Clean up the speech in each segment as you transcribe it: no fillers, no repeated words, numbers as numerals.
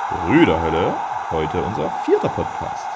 Brüderhölle, heute unser 4. Podcast.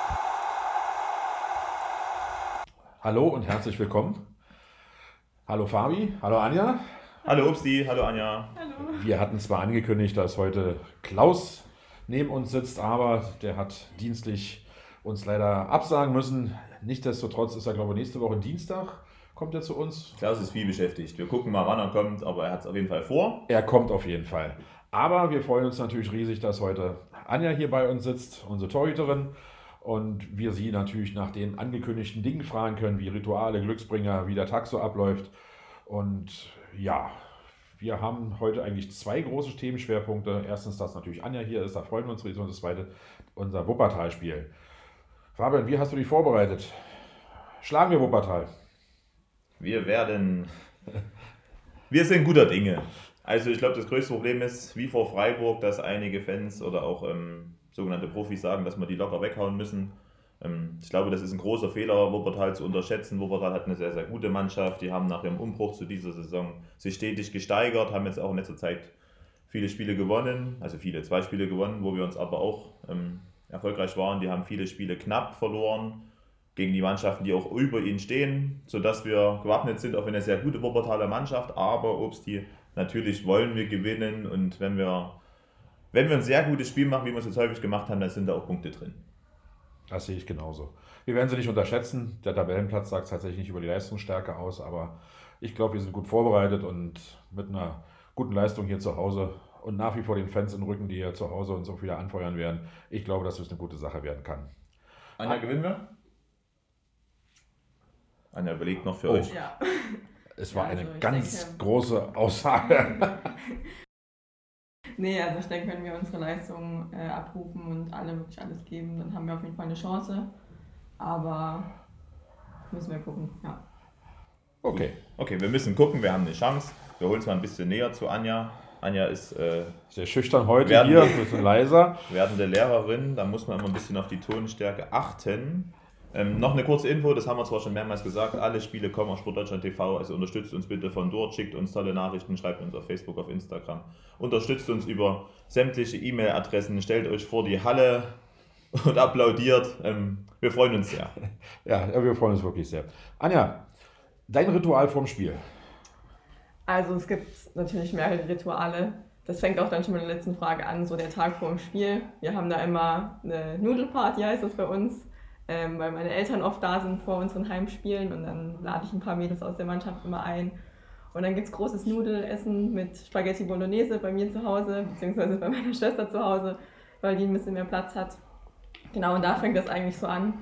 Hallo und herzlich willkommen. Hallo Fabi, hallo Anja. Hallo Upsi, hallo Anja. Hallo. Wir hatten zwar angekündigt, dass heute Klaus neben uns sitzt, aber der hat dienstlich uns leider absagen müssen. Nichtsdestotrotz ist er, glaube ich, nächste Woche Dienstag, kommt er zu uns. Klaus ist viel beschäftigt. Wir gucken mal, wann er kommt, aber er hat es auf jeden Fall vor. Er kommt auf jeden Fall. Aber wir freuen uns natürlich riesig, dass heute Anja hier bei uns sitzt, unsere Torhüterin. Und wir sie natürlich nach den angekündigten Dingen fragen können, wie Rituale, Glücksbringer, wie der Tag so abläuft. Und ja, wir haben heute eigentlich 2 große Themenschwerpunkte. Erstens, dass natürlich Anja hier ist, da freuen wir uns riesig. Und das zweite, unser Wuppertal-Spiel. Fabian, wie hast du dich vorbereitet? Schlagen wir Wuppertal. Wir sind guter Dinge. Also ich glaube, das größte Problem ist, wie vor Freiburg, dass einige Fans oder auch sogenannte Profis sagen, dass wir die locker weghauen müssen. Ich glaube, das ist ein großer Fehler, Wuppertal zu unterschätzen. Wuppertal hat eine sehr, sehr gute Mannschaft. Die haben nach dem Umbruch zu dieser Saison sich stetig gesteigert, haben jetzt auch in letzter Zeit viele Spiele gewonnen, also 2 Spiele gewonnen, wo wir uns aber auch erfolgreich waren. Die haben viele Spiele knapp verloren gegen die Mannschaften, die auch über ihnen stehen, sodass wir gewappnet sind auf eine sehr gute Wuppertaler Mannschaft. Aber Obsti, natürlich wollen wir gewinnen, und wenn wir ein sehr gutes Spiel machen, wie wir es jetzt häufig gemacht haben, dann sind da auch Punkte drin. Das sehe ich genauso. Wir werden sie nicht unterschätzen. Der Tabellenplatz sagt tatsächlich nicht über die Leistungsstärke aus, aber ich glaube, wir sind gut vorbereitet und mit einer guten Leistung hier zu Hause und nach wie vor den Fans im Rücken, die hier zu Hause uns auch wieder anfeuern werden. Ich glaube, dass es eine gute Sache werden kann. Anja, gewinnen wir? Anja überlegt noch für Oh. euch. Ja. Es war Ja, eine also ich ganz denke- große Aussage. Nee, also ich denke, wenn wir unsere Leistung abrufen und alle wirklich alles geben, dann haben wir auf jeden Fall eine Chance. Aber müssen wir gucken, ja. Okay. Okay, wir müssen gucken, wir haben eine Chance. Wir holen es mal ein bisschen näher zu Anja. Anja ist Sehr schüchtern heute Werden hier, wir- ein bisschen leiser. werdende Lehrerin, da muss man immer ein bisschen auf die Tonstärke achten. Noch eine kurze Info, das haben wir zwar schon mehrmals gesagt, alle Spiele kommen auf Sportdeutschland TV, also unterstützt uns bitte von dort, schickt uns tolle Nachrichten, schreibt uns auf Facebook, auf Instagram, unterstützt uns über sämtliche E-Mail-Adressen, stellt euch vor die Halle und applaudiert. Wir freuen uns sehr. Ja, wir freuen uns wirklich sehr. Anja, dein Ritual vorm Spiel. Also es gibt natürlich mehrere Rituale. Das fängt auch dann schon mit der letzten Frage an, so der Tag vor dem Spiel. Wir haben da immer eine Nudelparty, heißt das bei uns, weil meine Eltern oft da sind vor unseren Heimspielen, und dann lade ich ein paar Mädels aus der Mannschaft immer ein. Und dann gibt es großes Nudelessen mit Spaghetti Bolognese bei mir zu Hause, beziehungsweise bei meiner Schwester zu Hause, weil die ein bisschen mehr Platz hat. Genau, und da fängt das eigentlich so an.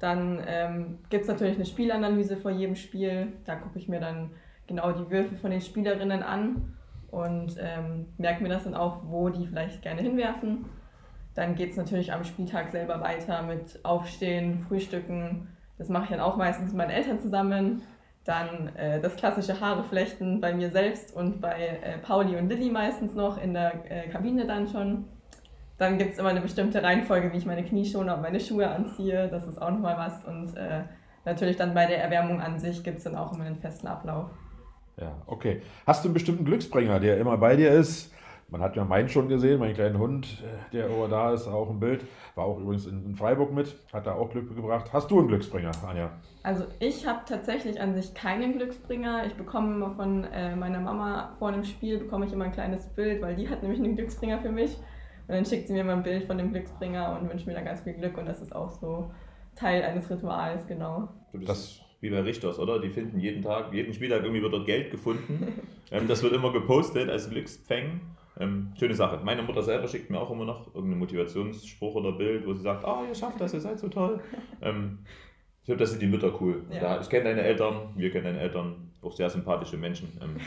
Dann gibt es natürlich eine Spielanalyse vor jedem Spiel. Da gucke ich mir dann genau die Würfe von den Spielerinnen an und merke mir das dann auch, wo die vielleicht gerne hinwerfen. Dann geht es natürlich am Spieltag selber weiter mit Aufstehen, Frühstücken. Das mache ich dann auch meistens mit meinen Eltern zusammen. Dann das klassische Haare flechten bei mir selbst und bei Pauli und Lilly meistens noch in der Kabine dann schon. Dann gibt es immer eine bestimmte Reihenfolge, wie ich meine Knieschoner und meine Schuhe anziehe. Das ist auch nochmal was. Und natürlich dann bei der Erwärmung an sich gibt es dann auch immer einen festen Ablauf. Ja, okay. Hast du einen bestimmten Glücksbringer, der immer bei dir ist? Man hat ja meinen schon gesehen, meinen kleinen Hund, der immer da ist, auch im Bild. War auch übrigens in Freiburg mit, hat da auch Glück gebracht. Hast du einen Glücksbringer, Anja? Also ich habe tatsächlich an sich keinen Glücksbringer. Ich bekomme immer von meiner Mama vor einem Spiel bekomme ich immer ein kleines Bild, weil die hat nämlich einen Glücksbringer für mich. Und dann schickt sie mir mal ein Bild von dem Glücksbringer und wünscht mir dann ganz viel Glück. Und das ist auch so Teil eines Rituals, genau. Das, Wie bei Richters, oder? Die finden jeden Spieltag irgendwie wird dort Geld gefunden. Das wird immer gepostet als Glücksfang. Schöne Sache. Meine Mutter selber schickt mir auch immer noch irgendeinen Motivationsspruch oder Bild, wo sie sagt, ihr schafft das, ihr seid so toll. Ich glaube, das sind die Mütter cool. Ja. Ich kenne deine Eltern, wir kennen deine Eltern, auch sehr sympathische Menschen.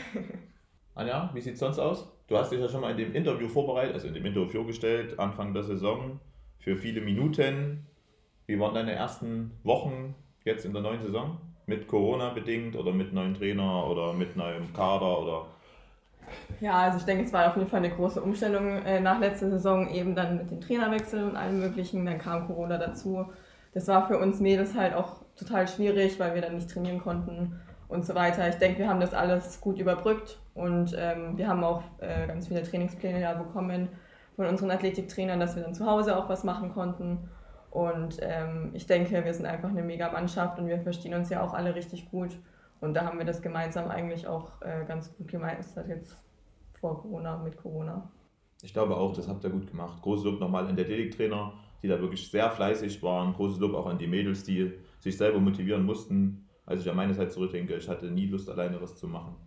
Anja, wie sieht es sonst aus? Du hast dich ja schon mal in dem Interview vorbereitet, also in dem Interview vorgestellt, Anfang der Saison, für viele Minuten. Wie waren deine ersten Wochen jetzt in der neuen Saison? Mit Corona bedingt oder mit neuen Trainer oder mit neuem Kader oder? Ja, also ich denke, es war auf jeden Fall eine große Umstellung nach letzter Saison, eben dann mit dem Trainerwechsel und allem Möglichen. Dann kam Corona dazu. Das war für uns Mädels halt auch total schwierig, weil wir dann nicht trainieren konnten und so weiter. Ich denke, wir haben das alles gut überbrückt und wir haben auch ganz viele Trainingspläne ja bekommen von unseren Athletiktrainern, dass wir dann zu Hause auch was machen konnten. Und ich denke, wir sind einfach eine mega Mannschaft und wir verstehen uns ja auch alle richtig gut. Und da haben wir das gemeinsam eigentlich auch ganz gut gemeistert jetzt vor Corona, mit Corona. Ich glaube auch, das habt ihr gut gemacht. Großes Lob nochmal an die Athletiktrainer, die da wirklich sehr fleißig waren. Großes Lob auch an die Mädels, die sich selber motivieren mussten. Als ich an meine Zeit zurückdenke, ich hatte nie Lust, alleine was zu machen.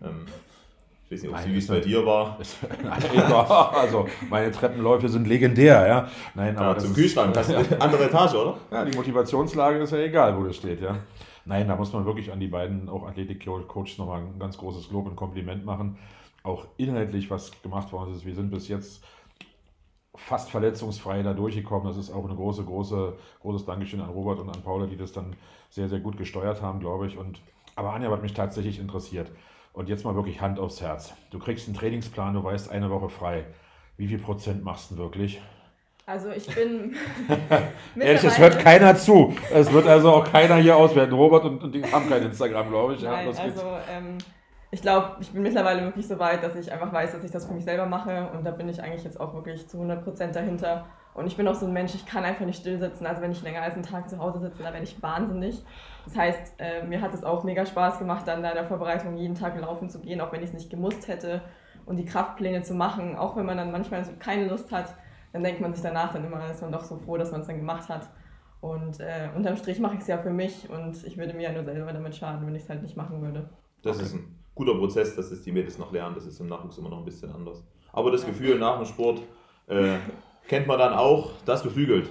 Ich weiß nicht, wie es bei dir war. Also meine Treppenläufe sind legendär, ja. Nein, Ja, aber zum Kühlschrank, das ist eine andere Etage, oder? Ja, die Motivationslage ist ja egal, wo das steht, ja. Nein, da muss man wirklich an die beiden, auch Athletik-Coaches, nochmal ein ganz großes Lob und Kompliment machen. Auch inhaltlich, was gemacht worden ist. Wir sind bis jetzt fast verletzungsfrei da durchgekommen. Das ist auch ein großes Dankeschön an Robert und an Paula, die das dann sehr, sehr gut gesteuert haben, glaube ich. Aber Anja hat mich tatsächlich interessiert. Und jetzt mal wirklich Hand aufs Herz. Du kriegst einen Trainingsplan, du weißt, eine Woche frei. Wie viel Prozent machst du wirklich? Also ich bin Ehrlich, es hört keiner zu. Es wird also auch keiner hier auswerten. Robert und die haben kein Instagram, glaube ich. Nein, Ja, also ich glaube, ich bin mittlerweile wirklich so weit, dass ich einfach weiß, dass ich das für mich selber mache. Und da bin ich eigentlich jetzt auch wirklich zu 100% dahinter. Und ich bin auch so ein Mensch, ich kann einfach nicht still sitzen. Also wenn ich länger als einen Tag zu Hause sitze, dann werde ich wahnsinnig. Das heißt, mir hat es auch mega Spaß gemacht, dann da in der Vorbereitung jeden Tag laufen zu gehen, auch wenn ich es nicht gemusst hätte. Und die Kraftpläne zu machen, auch wenn man dann manchmal so keine Lust hat, dann denkt man sich danach dann immer, ist man doch so froh, dass man es dann gemacht hat. Und unterm Strich mache ich es ja für mich und ich würde mir ja nur selber damit schaden, wenn ich es halt nicht machen würde. Das ist ein guter Prozess, dass es die Mädels noch lernen. Das ist im Nachwuchs immer noch ein bisschen anders. Aber das Gefühl nach dem Sport kennt man dann auch, das beflügelt.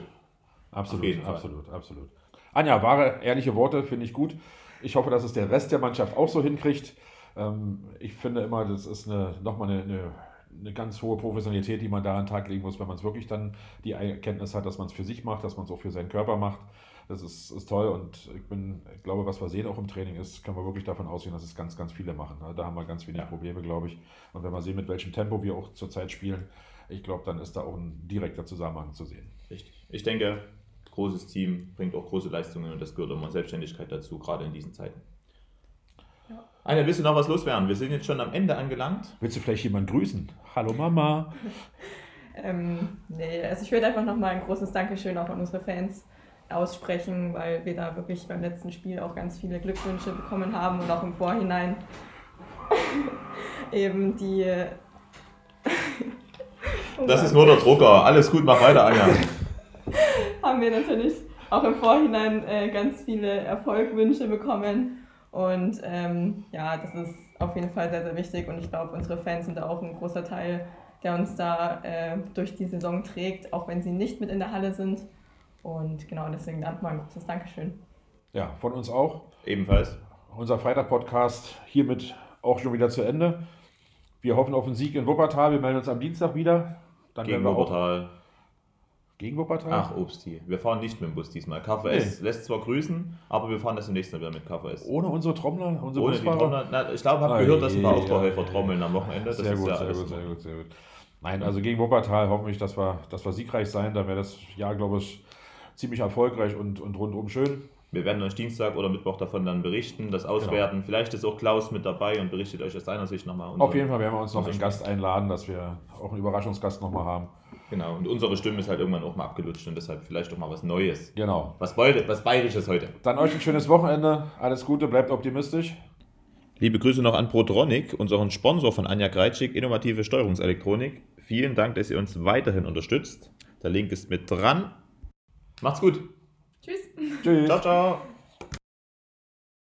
Absolut. Anja, wahre, ehrliche Worte, finde ich gut. Ich hoffe, dass es der Rest der Mannschaft auch so hinkriegt. Ich finde immer, das ist nochmal eine ganz hohe Professionalität, die man da an den Tag legen muss, wenn man es wirklich dann die Erkenntnis hat, dass man es für sich macht, dass man es auch für seinen Körper macht. Das ist toll und ich glaube, was wir sehen auch im Training ist, können wir wirklich davon ausgehen, dass es ganz, ganz viele machen. Da haben wir ganz wenig Probleme, glaube ich. Und wenn wir sehen, mit welchem Tempo wir auch zurzeit spielen, ich glaube, dann ist da auch ein direkter Zusammenhang zu sehen. Richtig. Ich denke, großes Team bringt auch große Leistungen und das gehört immer Selbstständigkeit dazu, gerade in diesen Zeiten. Ja. Anja, willst du noch was loswerden? Wir sind jetzt schon am Ende angelangt. Willst du vielleicht jemanden grüßen? Hallo Mama. Nee, also ich würde einfach nochmal ein großes Dankeschön auch an unsere Fans aussprechen, weil wir da wirklich beim letzten Spiel auch ganz viele Glückwünsche bekommen haben und auch im Vorhinein eben die... Das ist nur der Drucker. Alles gut, mach weiter, Anja. Haben wir natürlich auch im Vorhinein ganz viele Erfolgwünsche bekommen und das ist auf jeden Fall sehr, sehr wichtig und ich glaube, unsere Fans sind da auch ein großer Teil, der uns da durch die Saison trägt, auch wenn sie nicht mit in der Halle sind. Und genau, deswegen nochmal ein großes Dankeschön. Ja, von uns auch. Ebenfalls. Unser Freitag-Podcast hiermit auch schon wieder zu Ende. Wir hoffen auf einen Sieg in Wuppertal. Wir melden uns am Dienstag wieder. Dann gegen Wuppertal. Gegen Wuppertal? Ach, Obsti. Wir fahren nicht mit dem Bus diesmal. KVS lässt zwar grüßen, aber wir fahren das im nächsten Mal wieder mit KVS. Ohne unsere Trommler? Ohne die Trommler? Ich glaube, ich habe gehört, dass ein paar Aufbauhelfer trommeln am Wochenende. Das sehr gut. Nein, also gegen Wuppertal hoffen wir, dass wir siegreich sein. Da wäre das Jahr, glaube ich, ziemlich erfolgreich und rundum schön. Wir werden euch Dienstag oder Mittwoch davon dann berichten, das auswerten. Genau. Vielleicht ist auch Klaus mit dabei und berichtet euch aus seiner Sicht nochmal. Auf jeden Fall werden wir uns noch einen Gast einladen, dass wir auch einen Überraschungsgast nochmal haben. Genau, und unsere Stimme ist halt irgendwann auch mal abgelutscht und deshalb vielleicht auch mal was Neues. Genau. Was Bayerisches heute. Dann euch ein schönes Wochenende. Alles Gute, bleibt optimistisch. Liebe Grüße noch an Protronic, unseren Sponsor von Anja Greitschik, innovative Steuerungselektronik. Vielen Dank, dass ihr uns weiterhin unterstützt. Der Link ist mit dran. Macht's gut. Tschüss. Ciao, ciao.